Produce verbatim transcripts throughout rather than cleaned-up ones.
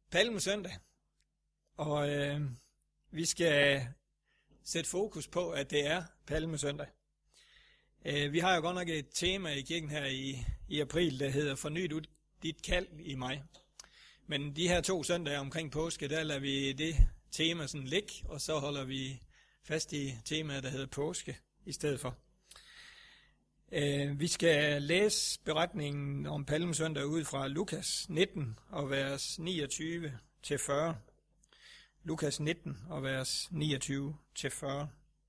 Palmesøndag, og øh, vi skal sætte fokus på, at det er Palmesøndag. Øh, vi har jo godt nok et tema i kirken her i, i april, der hedder Fornyt ud dit kald i mig. Men de her to søndage omkring påske, der lader vi det tema sådan ligge, og så holder vi fast i temaet, der hedder påske i stedet for. Vi skal læse beretningen om Palmesøndag ud fra Lukas nitten og vers niogtyve til fyrre. Lukas nitten og vers niogtyve til fyrre.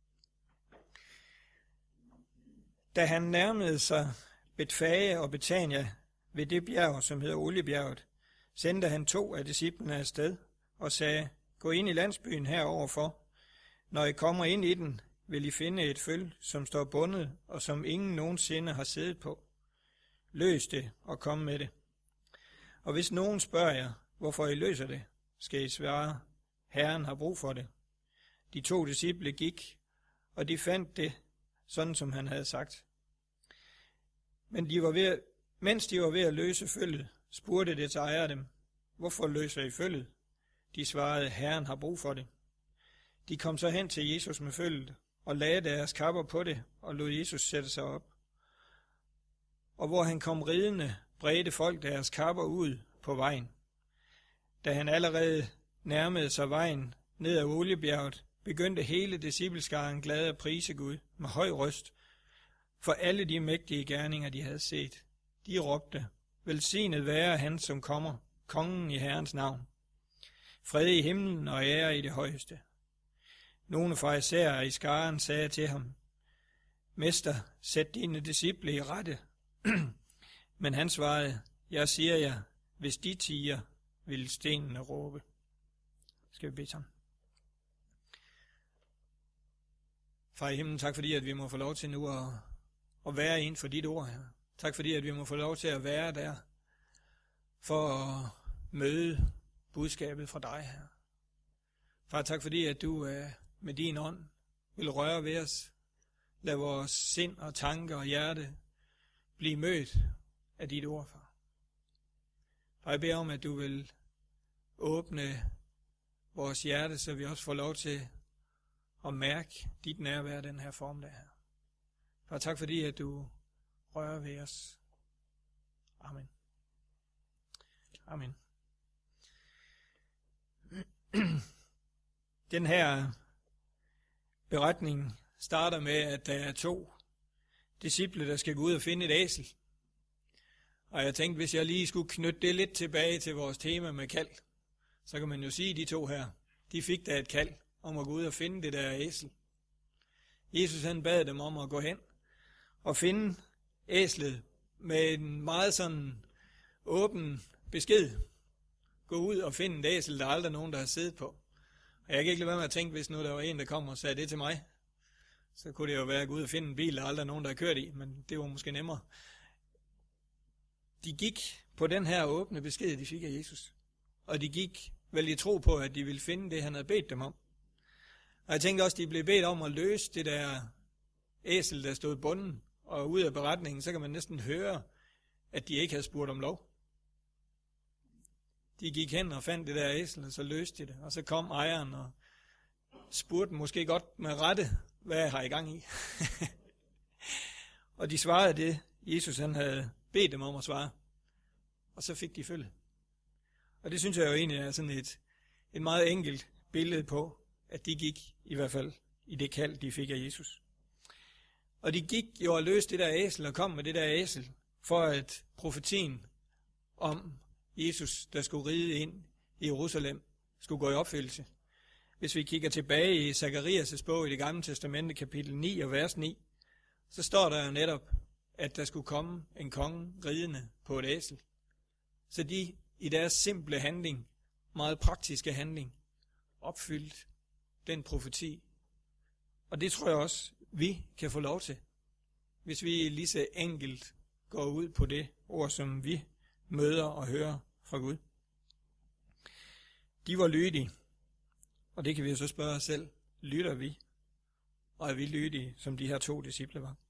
Da han nærmede sig Betfage og Betania ved det bjerg, som hedder Oliebjerget, sendte han to af disciplene afsted og sagde, gå ind i landsbyen heroverfor. Når I kommer ind i den, vil I finde et føl, som står bundet, og som ingen nogensinde har siddet på. Løs det og kom med det. Og hvis nogen spørger jer, hvorfor I løser det, skal I svare, Herren har brug for det. De to disciple gik, og de fandt det, sådan som han havde sagt. Men de var ved, mens de var ved at løse følget, spurgte det til ejer dem, hvorfor løser I følget? De svarede, Herren har brug for det. De kom så hen til Jesus med følget, og lagde deres kapper på det, og lod Jesus sætte sig op. Og hvor han kom ridende, bredte folk deres kapper ud på vejen. Da han allerede nærmede sig vejen ned ad Oliebjerget, begyndte hele discipleskaren glad at prise Gud med høj røst, for alle de mægtige gerninger, de havde set. De råbte, velsignet være han, som kommer, kongen i Herrens navn. Fred i himlen og ære i det højeste. Nogle farisæere i skaren sagde til ham, Mester, sæt dine disciple i rette. Men han svarede, jeg siger jer, hvis de tiger, vil stenene råbe. Skal vi bede sammen. Far i himlen, tak fordi, at vi må få lov til nu at, at være inden for dit ord her. Tak fordi, at vi må få lov til at være der, for at møde budskabet fra dig her. Far, tak fordi, at du uh, med din ånd vil røre ved os. Lad vores sind og tanker og hjerte blive mødt af dit ord, far. Far, jeg beder om, at du vil åbne vores hjerte, så vi også får lov til at mærke dit nærvær den her formiddag her. Far, tak fordi, at du rører ved os. Amen. Amen. Den her beretning starter med, at der er to disciple, der skal gå ud og finde et æsel. Og jeg tænkte, hvis jeg lige skulle knytte det lidt tilbage til vores tema med kald, så kan man jo sige, at de to her, de fik da et kald om at gå ud og finde det der æsel. Jesus han bad dem om at gå hen og finde æslet med en meget sådan åben besked. Gå ud og finde et æsel, der er aldrig nogen, der har siddet på. Og jeg kan ikke lade være med at tænke, hvis nu der var en, der kom og sagde det til mig, så kunne det jo være at gå ud og finde en bil, der aldrig er nogen, der har kørt i, men det var måske nemmere. De gik på den her åbne besked, de fik af Jesus. Og de gik vel i tro på, at de ville finde det, han havde bedt dem om. Og jeg tænkte også, de blev bedt om at løse det der æsel, der stod bunden. Og ud af beretningen, så kan man næsten høre, at de ikke havde spurgt om lov. De gik hen og fandt det der æsel, og så løste de det. Og så kom ejeren og spurgte måske godt med rette, hvad har I gang i? Og de svarede det, Jesus han havde bedt dem om at svare. Og så fik de følge. Og det synes jeg jo egentlig er sådan et, et meget enkelt billede på, at de gik i hvert fald i det kald, de fik af Jesus. Og de gik jo og løste det der æsel og kom med det der æsel, for at profetien om Jesus, der skulle ride ind i Jerusalem, skulle gå i opfyldelse. Hvis vi kigger tilbage i Zakarias' bog i Det Gamle Testamente, kapitel ni og vers ni, så står der jo netop, at der skulle komme en konge ridende på et æsel. Så de i deres simple handling, meget praktiske handling, opfyldt den profeti. Og det tror jeg også, vi kan få lov til, hvis vi lige så enkelt går ud på det ord, som vi møder og hører fra Gud. De var lydige, og det kan vi jo så spørge os selv, lytter vi? Og er vi lydige, som de her to disciple var?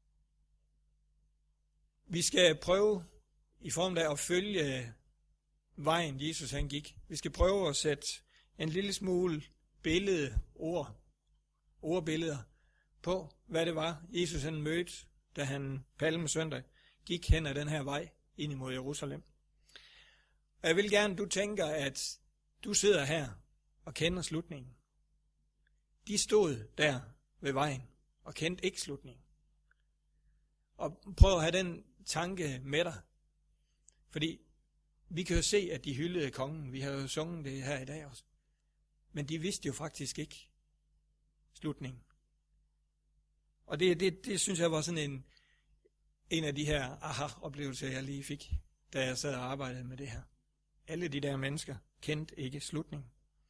Vi skal prøve i form af at følge vejen Jesus han gik. Vi skal prøve at sætte en lille smule billede, ord, ordbilleder på, hvad det var, Jesus han mødte, da han palmesøndag gik hen ad den her vej ind imod Jerusalem. Og jeg vil gerne, du tænker, at du sidder her og kender slutningen. De stod der ved vejen og kendte ikke slutningen. Og prøv at have den tanke med dig. Fordi vi kan jo se, at de hyldede kongen. Vi har jo sunget det her i dag også. Men de vidste jo faktisk ikke slutningen. Og det, det, det synes jeg var sådan en, en af de her aha-oplevelser, jeg lige fik, da jeg sad og arbejdede med det her. Alle de der mennesker kendte ikke slutningen.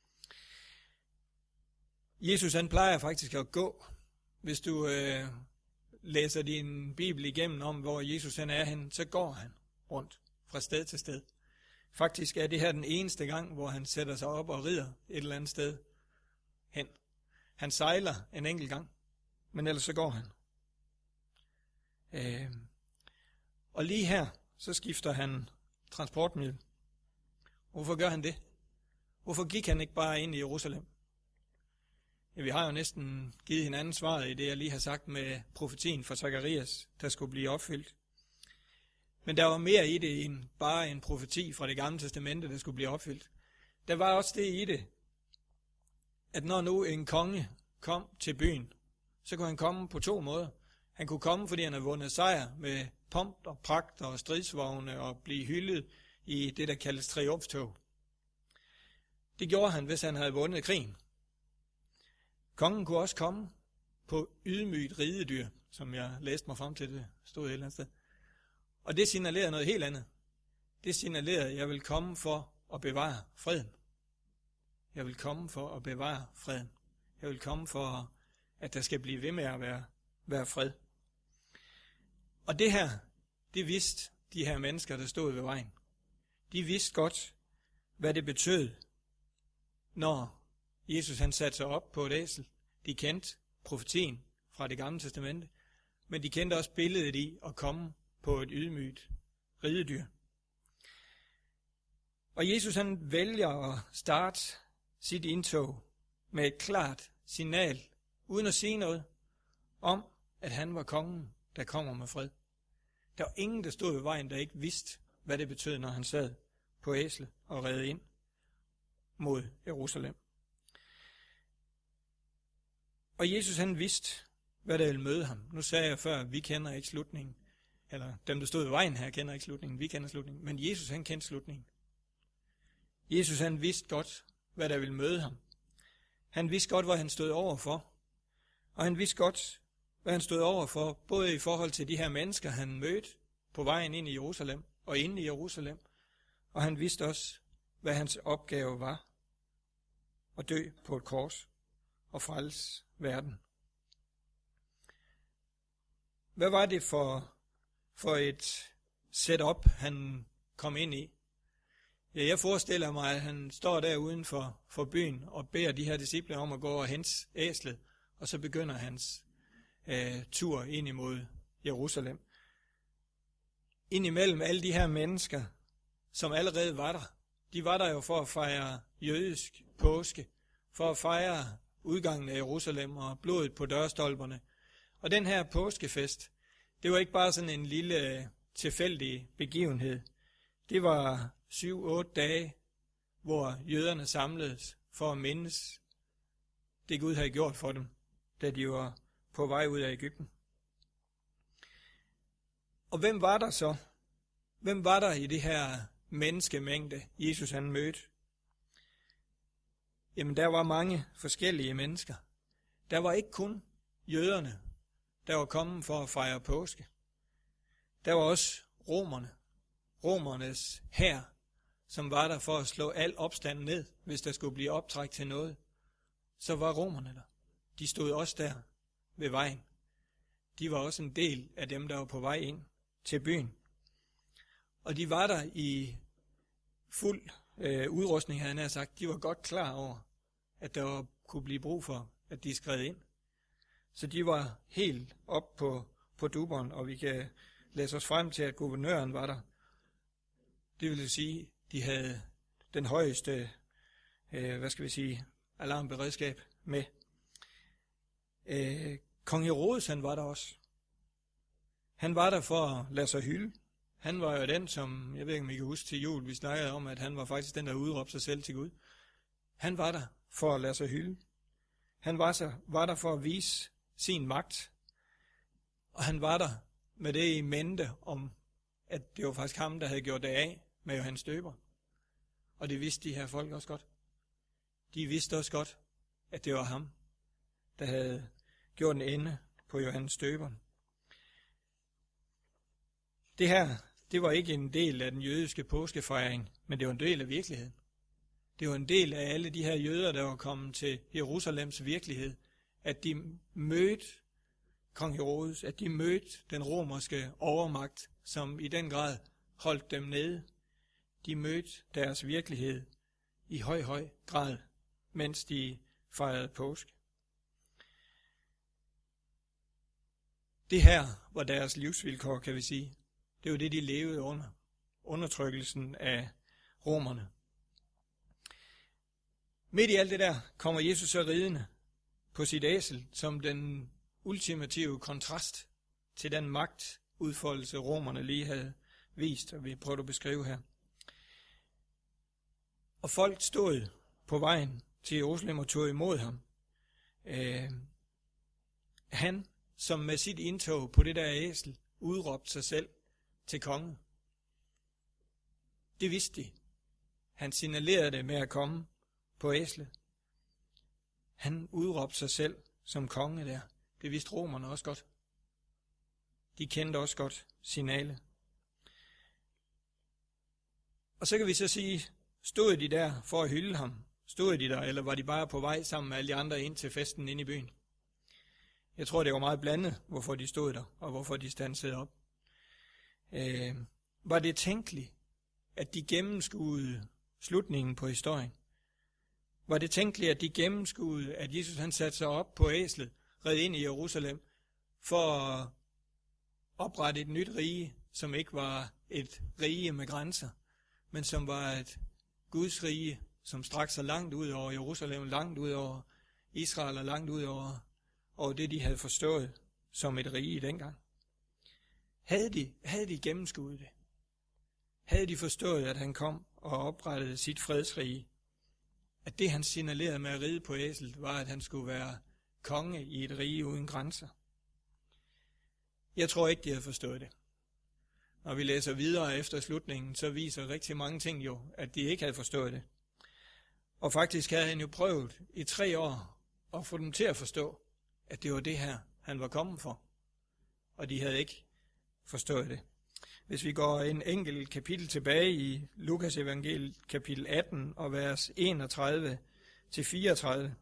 Jesus han plejer faktisk at gå. Hvis du øh, læser din bibel igennem om, hvor Jesus han er hen, så går han rundt fra sted til sted. Faktisk er det her den eneste gang, hvor han sætter sig op og rider et eller andet sted hen. Han sejler en enkelt gang, men ellers så går han. Øh, og lige her, så skifter han transportmiddel. Hvorfor gør han det? Hvorfor gik han ikke bare ind i Jerusalem? Ja, vi har jo næsten givet hinanden svaret i det, jeg lige har sagt med profetien fra Zakarias, der skulle blive opfyldt. Men der var mere i det end bare en profeti fra det gamle testamente, der skulle blive opfyldt. Der var også det i det, at når nu en konge kom til byen, så kunne han komme på to måder. Han kunne komme, fordi han havde vundet sejr med pomp og pragt og stridsvogne og blive hyldet i det, der kaldes triumftog. Det gjorde han, hvis han havde vundet krigen. Kongen kunne også komme på ydmygt ridedyr, som jeg læste mig frem til, det stod et eller andet sted. Og det signalerede noget helt andet. Det signalerede, at jeg vil komme for at bevare freden. Jeg vil komme for at bevare freden. Jeg vil komme for, at der skal blive ved med at være, være fred. Og det her, det vidste de her mennesker, der stod ved vejen. De vidste godt, hvad det betød, når Jesus han satte sig op på et æsel. De kendte profetien fra det gamle testamente, men de kendte også billedet i at komme på et ydmygt ridedyr. Og Jesus han vælger at starte sit indtog med et klart signal, uden at sige noget om, at han var kongen, der kommer med fred. Der var ingen, der stod ved vejen, der ikke vidste, hvad det betød, når han sad på æslet og red ind mod Jerusalem. Og Jesus han vidste, hvad der ville møde ham. Nu sagde jeg før, at vi kender ikke slutningen. Eller dem, der stod ved vejen her, kender ikke slutningen. Vi kender slutningen. Men Jesus han kendte slutningen. Jesus han vidste godt, hvad der ville møde ham. Han vidste godt, hvad han stod overfor. Og han vidste godt, hvad han stod overfor, både i forhold til de her mennesker, han mødte på vejen ind i Jerusalem og inde i Jerusalem. Og han vidste også, hvad hans opgave var. At dø på et kors og frelse verden. Hvad var det for, for et setup, han kom ind i? Ja, jeg forestiller mig, at han står der uden for, for byen og beder de her disciple om at gå og hente æslet, og så begynder hans øh, tur ind imod Jerusalem. Ind imellem alle de her mennesker, som allerede var der. De var der jo for at fejre jødisk påske, for at fejre udgangen af Jerusalem og blodet på dørstolperne. Og den her påskefest, det var ikke bare sådan en lille tilfældig begivenhed. Det var syv, otte dage, hvor jøderne samledes for at mindes det Gud havde gjort for dem, da de var på vej ud af Egypten. Og hvem var der så? Hvem var der i det her menneskemængde, Jesus han mødte? Jamen, der var mange forskellige mennesker. Der var ikke kun jøderne, der var kommet for at fejre påske. Der var også romerne, romernes hær, som var der for at slå al opstand ned, hvis der skulle blive optræk til noget. Så var romerne der. De stod også der ved vejen. De var også en del af dem, der var på vej ind til byen. Og de var der i fuld øh, udrustning, havde han sagt. De var godt klar over, at der var, kunne blive brug for, at de skred ind. Så de var helt op på, på duberen, og vi kan læse os frem til, at guvernøren var der. Det vil sige, de havde den højeste, øh, hvad skal vi sige, alarmberedskab med. Øh, Kong Herodes, han var der også. Han var der for at lade sig hylde. Han var jo den, som, jeg ved ikke om I kan huske til jul, vi snakkede om, at han var faktisk den, der udråbte sig selv til Gud. Han var der for at lade sig hylde. Han var, så, var der for at vise sin magt. Og han var der med det i mente om, at det var faktisk ham, der havde gjort det af med Johannes Døber. Og det vidste de her folk også godt. De vidste også godt, at det var ham, der havde gjort en ende på Johannes Døberen. Det her, det var ikke en del af den jødiske påskefejring, men det var en del af virkeligheden. Det var en del af alle de her jøder, der var kommet til Jerusalems virkelighed, at de mødte kong Herodes, at de mødte den romerske overmagt, som i den grad holdt dem nede. De mødte deres virkelighed i høj, høj grad, mens de fejrede påske. Det her var deres livsvilkår, kan vi sige. Det var det, de levede under. Undertrykkelsen af romerne. Midt i alt det der kommer Jesus så ridende på sit æsel som den ultimative kontrast til den magtudfoldelse, romerne lige havde vist, og vi prøver at beskrive her. Og folk stod på vejen til Jerusalem og tog imod ham. Øh, han, som med sit indtog på det der æsel, udråbte sig selv til konge. Det vidste de. Han signalerede det med at komme på æslet. Han udråbte sig selv som konge der. Det vidste romerne også godt. De kendte også godt signalet. Og så kan vi så sige, stod de der for at hylde ham? Stod de der, eller var de bare på vej sammen med alle de andre ind til festen inde i byen? Jeg tror, det var meget blandet, hvorfor de stod der, og hvorfor de standsede op. Øh, var det tænkeligt, at de gennemskuede slutningen på historien? Var det tænkeligt, at de gennemskuede, at Jesus han satte sig op på æslet, red ind i Jerusalem, for at oprette et nyt rige, som ikke var et rige med grænser, men som var et Guds rige, som strakte sig langt ud over Jerusalem, langt ud over Israel og langt ud over, over det, de havde forstået som et rige dengang. Havde de, havde de gennemskuet det? Havde de forstået, at han kom og oprettede sit fredsrige? At det, han signalerede med at ride på æslet, var, at han skulle være konge i et rige uden grænser? Jeg tror ikke, de havde forstået det. Når vi læser videre efter slutningen, så viser rigtig mange ting jo, at de ikke havde forstået det. Og faktisk havde han jo prøvet i tre år at få dem til at forstå, at det var det her, han var kommet for. Og de havde ikke forstået det. Hvis vi går en enkelt kapitel tilbage i Lukas evangeliet, kapitel atten og vers enogtredive til fireogtredive,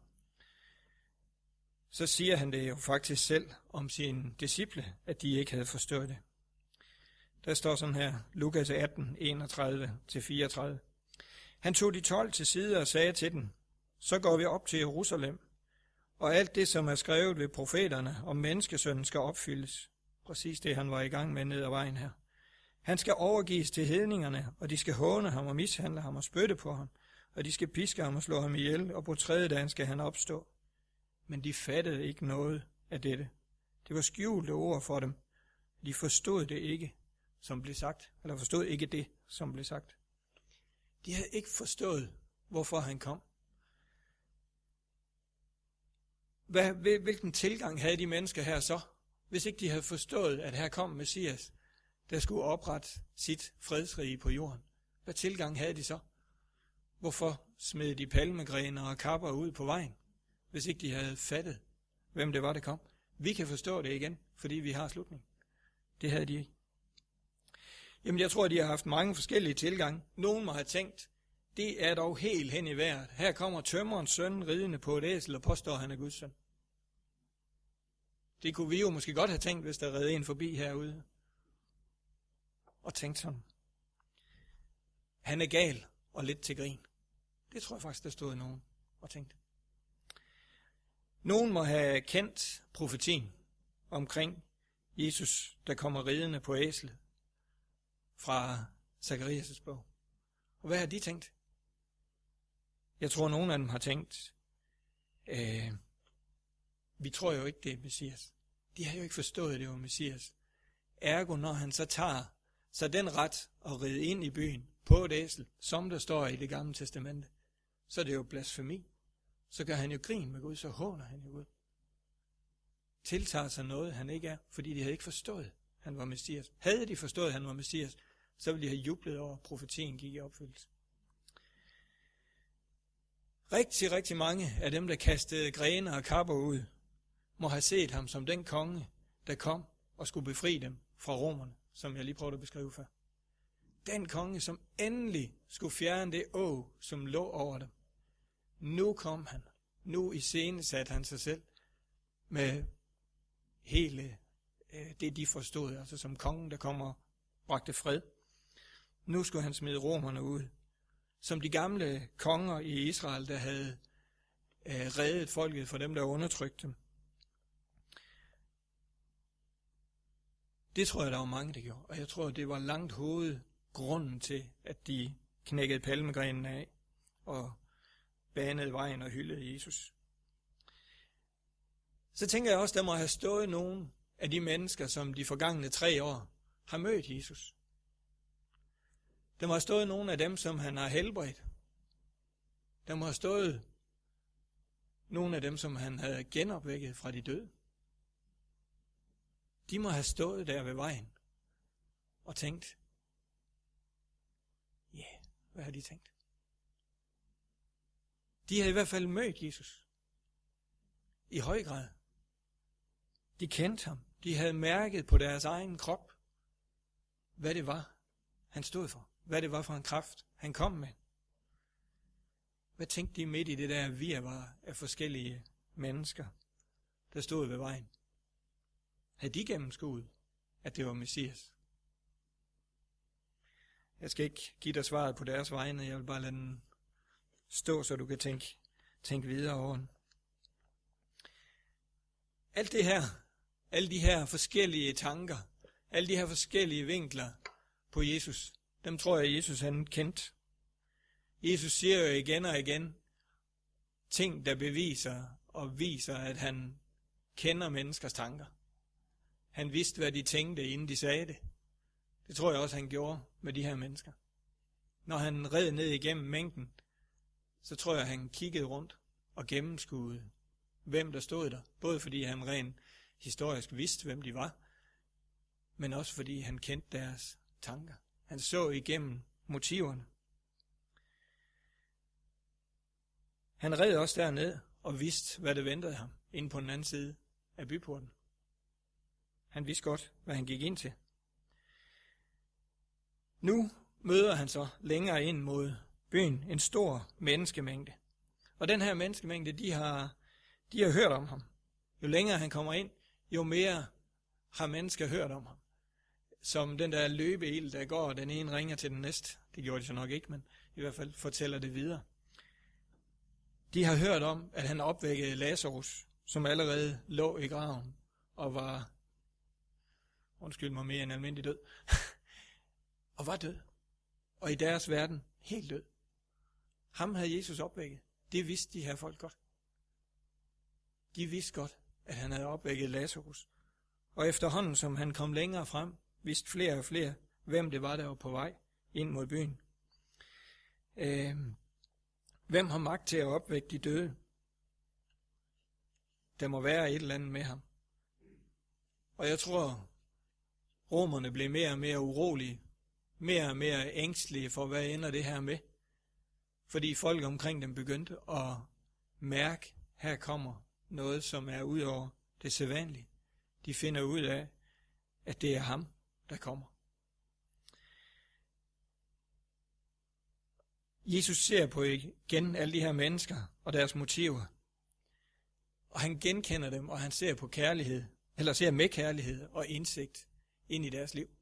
så siger han det jo faktisk selv om sine disciple, at de ikke havde forstået det. Der står sådan her, Lukas atten, enogtredive til fireogtredive. Han tog de tolv til side og sagde til dem, så går vi op til Jerusalem, og alt det, som er skrevet ved profeterne om menneskesønnen, skal opfyldes. Præcis det, han var i gang med ned ad vejen her. Han skal overgives til hedningerne, og de skal håne ham og mishandle ham og spytte på ham, og de skal piske ham og slå ham ihjel, og på tredje dagen skal han opstå. Men de fattede ikke noget af dette. Det var skjulte ord for dem. De forstod det ikke, som blev sagt, eller forstod ikke det, som blev sagt. De havde ikke forstået, hvorfor han kom. Hvad, hvilken tilgang havde de mennesker her så, hvis ikke de havde forstået, at her kom Messias, der skulle oprette sit fredsrige på jorden? Hvad tilgang havde de så? Hvorfor smed de palmegrener og kapper ud på vejen, hvis ikke de havde fattet, hvem det var, der kom? Vi kan forstå det igen, fordi vi har slutning. Det havde de ikke. Jamen, jeg tror, de har haft mange forskellige tilgange. Nogen må have tænkt, det er dog helt hen i vejret. Her kommer tømmerens søn ridende på et æsel og påstår, at han er Guds søn. Det kunne vi jo måske godt have tænkt, hvis der red en forbi herude. Og tænkt sådan. Han er gal og lidt til grin. Det tror jeg faktisk, der stod nogen og tænkte. Nogen må have kendt profetien omkring Jesus, der kommer ridende på æslet fra Zakarias' bog. Og hvad har de tænkt? Jeg tror, nogen af dem har tænkt, øh, vi tror jo ikke, det er Messias. De har jo ikke forstået, det var Messias. Ergo, når han så tager så den ret at ride ind i byen på et æsel, som der står i Det Gamle Testamente, så er det jo blasfemi. Så gør han jo grin med Gud, så håner han jo Gud. Tiltager sig noget, han ikke er, fordi de havde ikke forstået, han var Messias. Havde de forstået, han var Messias, så ville de have jublet over, at profetien gik i opfyldelse. Rigtig, rigtig mange af dem, der kastede grene og kapper ud, må have set ham som den konge, der kom og skulle befri dem fra romerne, som jeg lige prøvede at beskrive før. Den konge, som endelig skulle fjerne det åg, som lå over dem. Nu kom han. Nu iscenesatte han sig selv med hele øh, det, de forstod, altså som kongen, der kommer og bragte fred. Nu skulle han smide romerne ud. Som de gamle konger i Israel, der havde øh, reddet folket for dem, der undertrykte dem. Det tror jeg, der var mange, der gjorde. Og jeg tror, det var langt hovedgrunden til, at de knækkede palmegrenen af og banede vejen og hyldede Jesus. Så tænker jeg også, der må have stået nogle af de mennesker, som de forgangne tre år har mødt Jesus. Der må have stået nogle af dem, som han har helbredt. Der må have stået nogle af dem, som han havde genopvækket fra de døde. De må have stået der ved vejen og tænkt, ja, yeah, hvad har de tænkt? De havde i hvert fald mødt Jesus i høj grad. De kendte ham. De havde mærket på deres egen krop, hvad det var, han stod for. Hvad det var for en kraft, han kom med. Hvad tænkte de midt i det der virvar af forskellige mennesker, der stod ved vejen? Havde de gennemskuet, at det var Messias? Jeg skal ikke give dig svaret på deres vegne, jeg vil bare lade den stå, så du kan tænke, tænke videre over den. Alt det her, alle de her forskellige tanker, alle de her forskellige vinkler på Jesus, dem tror jeg, Jesus han kendte. Jesus siger jo igen og igen ting, der beviser og viser, at han kender menneskers tanker. Han vidste, hvad de tænkte, inden de sagde det. Det tror jeg også, han gjorde med de her mennesker. Når han red ned igennem mængden, så tror jeg, han kiggede rundt og gennemskuede, hvem der stod der. Både fordi han rent historisk vidste, hvem de var, men også fordi han kendte deres tanker. Han så igennem motiverne. Han red også derned og vidste, hvad det ventede ham, inde på den anden side af byporten. Han vidste godt, hvad han gik ind til. Nu møder han så længere ind mod byen en stor menneskemængde. Og den her menneskemængde, de har, de har hørt om ham. Jo længere han kommer ind, jo mere har mennesker hørt om ham. Som den der løbeild, der går, og den ene ringer til den næste. Det gjorde de så nok ikke, men i hvert fald fortæller det videre. De har hørt om, at han opvækkede Lazarus, som allerede lå i graven og var, undskyld mig, mere end almindelig død, og var død. Og i deres verden helt død. Ham havde Jesus opvækket. Det vidste de her folk godt. De vidste godt, at han havde opvækket Lazarus. Og efterhånden, som han kom længere frem, vidste flere og flere, hvem det var, der var på vej ind mod byen. Øh, hvem har magt til at opvække de døde? Der må være et eller andet med ham. Og jeg tror, romerne blev mere og mere urolige, mere og mere ængstelige for, hvad ender det her med. Fordi folk omkring dem begyndte at mærke, her kommer noget, som er ud over det sædvanlige. De finder ud af, at det er ham, der kommer. Jesus ser på igen alle de her mennesker og deres motiver. Og han genkender dem, og han ser på kærlighed, eller ser med kærlighed og indsigt ind i deres liv.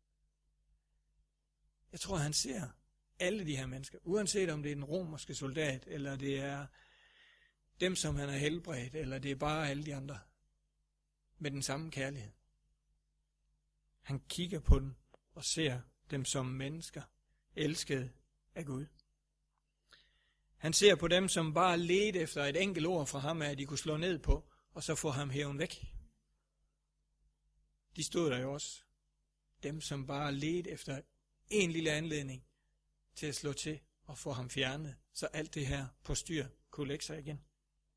Jeg tror, han ser alle de her mennesker, uanset om det er den romerske soldat, eller det er dem, som han har helbredt, eller det er bare alle de andre, med den samme kærlighed. Han kigger på dem og ser dem som mennesker, elskede af Gud. Han ser på dem, som bare ledte efter et enkelt ord fra ham, at de kunne slå ned på, og så få ham hæven væk. De stod der jo også. Dem, som bare ledte efter en lille anledning til at slå til og få ham fjernet, så alt det her på styr kunne lægge sig igen.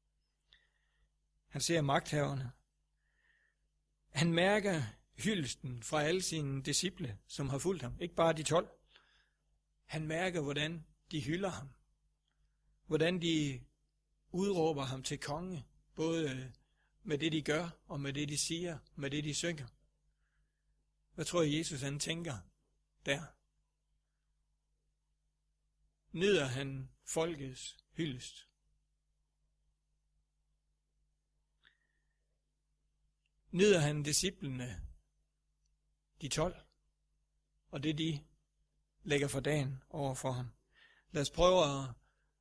Han ser magthaverne. Han mærker hyldesten fra alle sine disciple, som har fulgt ham. Ikke bare de tolv. Han mærker, hvordan de hylder ham. Hvordan de udråber ham til konge, både med det, de gør, og med det, de siger, med det, de synger. Hvad tror I, Jesus han tænker der? Nyder han folkets hyldest? Nyder han disciplene, de tolv, og det de lægger for dagen over for ham? Lad os prøve at,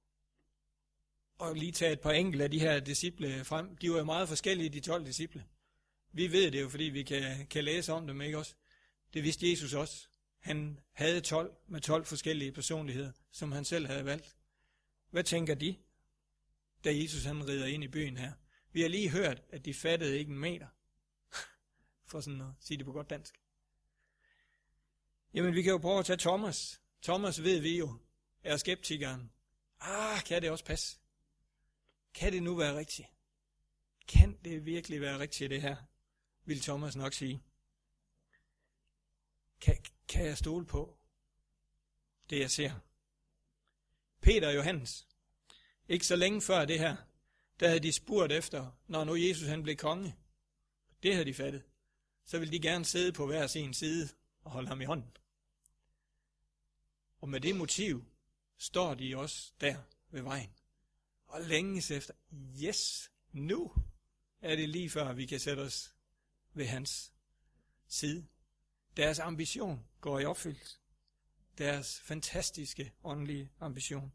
at lige tage et par enkelte af de her disciple frem. De var jo meget forskellige, de tolv disciple. Vi ved det jo, fordi vi kan, kan læse om dem, ikke også? Det vidste Jesus også. Han havde tolv med tolv forskellige personligheder, som han selv havde valgt. Hvad tænker de, da Jesus han rider ind i byen her? Vi har lige hørt, at de fattede ikke en meter. For sådan at sige det på godt dansk. Jamen, vi kan jo prøve at tage Thomas. Thomas ved vi jo, er skeptikeren. Ah, kan det også passe? Kan det nu være rigtigt? Kan det virkelig være rigtigt, det her? Vil Thomas nok sige. Kan, kan jeg stole på det, jeg ser? Peter og Johannes. Ikke så længe før det her, der havde de spurgt efter, når nu Jesus han blev konge. Det havde de fattet. Så ville de gerne sidde på hver sin side og holde ham i hånden. Og med det motiv står de også der ved vejen. Og længes efter, yes, nu er det lige før vi kan sætte os ved hans side. Deres ambition går i opfyldelse. Deres fantastiske åndelige ambition.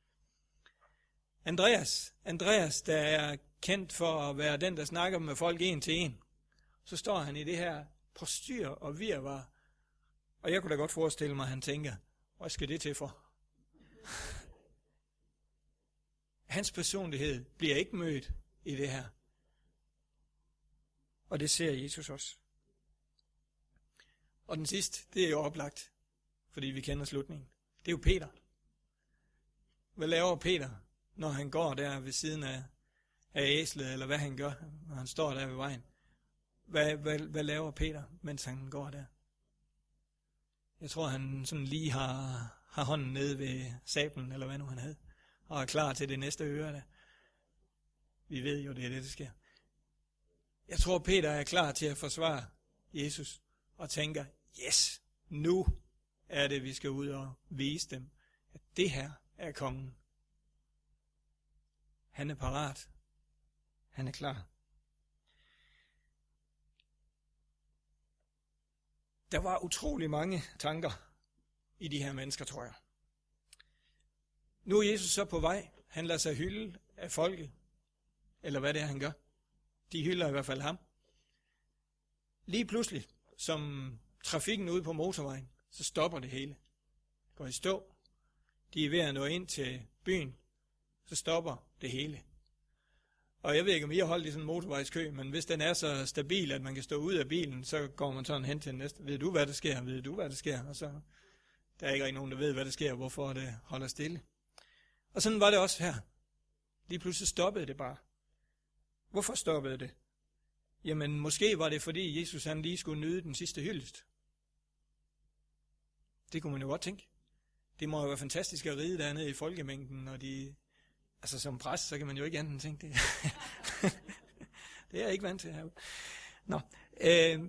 Andreas, Andreas, der er kendt for at være den, der snakker med folk en til en, så står han i det her postyr og virvar. Og jeg kunne da godt forestille mig, at han tænker, hvad skal det til for? Hans personlighed bliver ikke mødt i det her. Og det ser Jesus også. Og den sidste, det er jo oplagt, fordi vi kender slutningen. Det er jo Peter. Hvad laver Peter, når han går der ved siden af, af æslet, eller hvad han gør, når han står der ved vejen? Hvad, hvad, hvad laver Peter, mens han går der? Jeg tror, han sådan lige har, har hånden nede ved sablen, eller hvad nu han havde, og er klar til det næste øre der. Vi ved jo, det er det, der sker. Jeg tror, Peter er klar til at forsvare Jesus, og tænker, yes, nu er det, vi skal ud og vise dem, at det her er kongen. Han er parat. Han er klar. Der var utrolig mange tanker i de her mennesker, tror jeg. Nu er Jesus så på vej. Han lader sig hylde af folket. Eller hvad det er, han gør. De hylder i hvert fald ham. Lige pludselig, som trafikken ude på motorvejen, så stopper det hele. Går i stå. De er ved at nå ind til byen. Så stopper det hele. Og jeg ved ikke, om I har holdt i sådan en motorvejskø, men hvis den er så stabil, at man kan stå ud af bilen, så går man sådan hen til den næste. Ved du, hvad der sker? Ved du, hvad der sker? Og så der er ikke rigtig nogen, der ved, hvad der sker, hvorfor det holder stille. Og sådan var det også her. Lige pludselig stoppede det bare. Hvorfor stoppede det? Jamen, måske var det, fordi Jesus han lige skulle nyde den sidste hyldest. Det kunne man jo godt tænke. Det må jo være fantastisk at ride dernede i folkemængden, og de... Altså som præst, så kan man jo ikke andet tænke det. Det er jeg ikke vant til her. Nå, øh,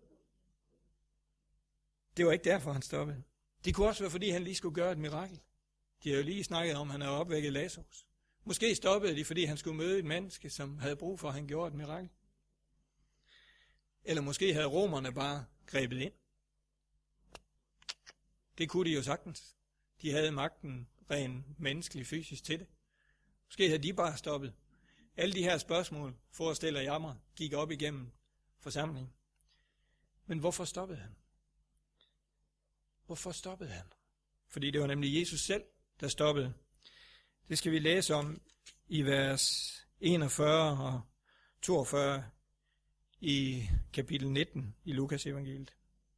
det var ikke derfor, han stoppede. Det kunne også være, fordi han lige skulle gøre et mirakel. De har jo lige snakket om, at han havde opvækket Lazarus. Måske stoppede de, fordi han skulle møde et menneske, som havde brug for, at han gjorde et mirakel. Eller måske havde romerne bare grebet ind. Det kunne de jo sagtens. De havde magten rent menneskelig, fysisk til det. Måske havde de bare stoppet. Alle de her spørgsmål, forestiller jeg mig, gik op igennem forsamlingen. Men hvorfor stoppede han? Hvorfor stoppede han? fordi det var nemlig Jesus selv, der stoppede. Det skal vi læse om i vers enogfyrre og toogfyrre i kapitel nitten i Lukas evangeliet.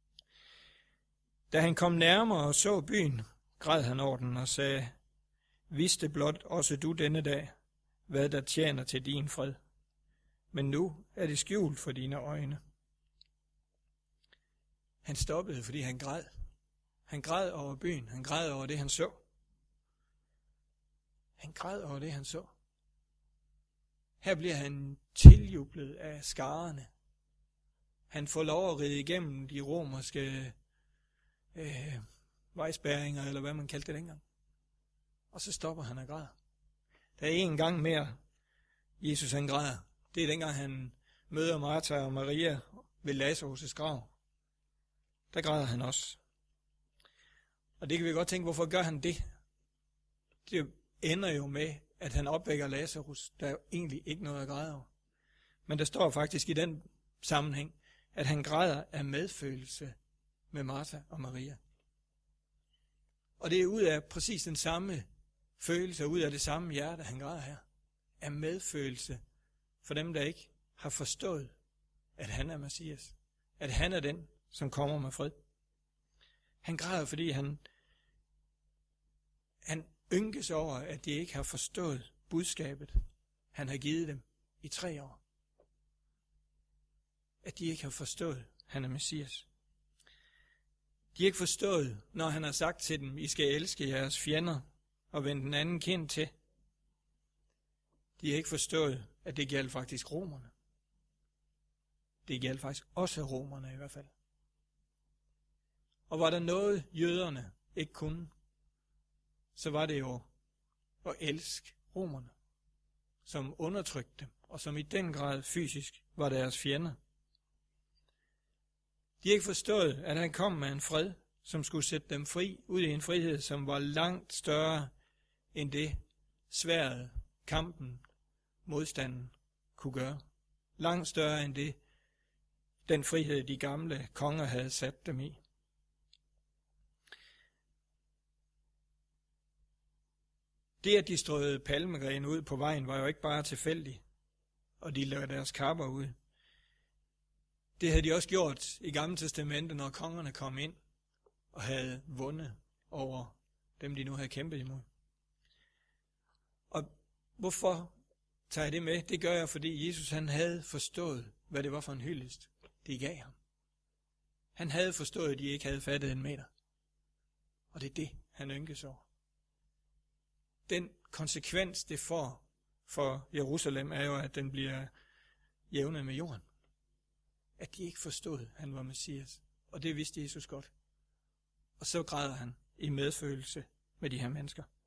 Da han kom nærmere og så byen, græd han over den og sagde, vidste blot også du denne dag, hvad der tjener til din fred. Men nu er det skjult for dine øjne. Han stoppede, fordi han græd. Han græd over byen. Han græd over det, han så. Han græd over det, han så. Her bliver han tiljublet af skarerne. Han får lov at ride igennem de romerske øh, vejspærringer, eller hvad man kaldte det dengang. Og så stopper han og græder. Der er en gang mere, Jesus han græder. Det er dengang, han møder Martha og Maria ved Lazarus' grav. Der græder han også. Og det kan vi godt tænke, hvorfor gør han det? Det ender jo med, at han opvækker Lazarus. Der er jo egentlig ikke noget at græde over. Men der står faktisk i den sammenhæng, at han græder af medfølelse med Martha og Maria. Og det er ud af præcis den samme følelse, ud af det samme hjerte, han græder her. Af medfølelse for dem, der ikke har forstået, at han er Messias. At han er den, som kommer med fred. Han græder, fordi han, han ynkes over, at de ikke har forstået budskabet, han har givet dem i tre år. At de ikke har forstået, at han er Messias. De har ikke forstået, når han har sagt til dem, I skal elske jeres fjender og vende den anden kind til. De har ikke forstået, at det gælder faktisk romerne. Det gælder faktisk også romerne i hvert fald. Og var der noget jøderne ikke kunne, så var det jo at elske romerne, som undertrykte dem, og som i den grad fysisk var deres fjender. De har ikke forstået, at han kom med en fred, som skulle sætte dem fri, ud i en frihed, som var langt større end det sværdet, kampen, modstanden kunne gøre. Langt større end det, den frihed, de gamle konger havde sat dem i. Det, at de strøede palmegrene ud på vejen, var jo ikke bare tilfældigt, og de lavede deres kapper ud. Det havde de også gjort i Gamle Testamentet, når kongerne kom ind og havde vundet over dem, de nu havde kæmpet imod. Og hvorfor tager jeg det med? Det gør jeg, fordi Jesus han havde forstået, hvad det var for en hyldest, de gav ham. Han havde forstået, at de ikke havde fattet en meter. Og det er det, han ynkes over. Den konsekvens, det får for Jerusalem, er jo, at den bliver jævnet med jorden. At de ikke forstod, at han var Messias. Og det vidste Jesus godt. Og så græder han i medfølelse med de her mennesker.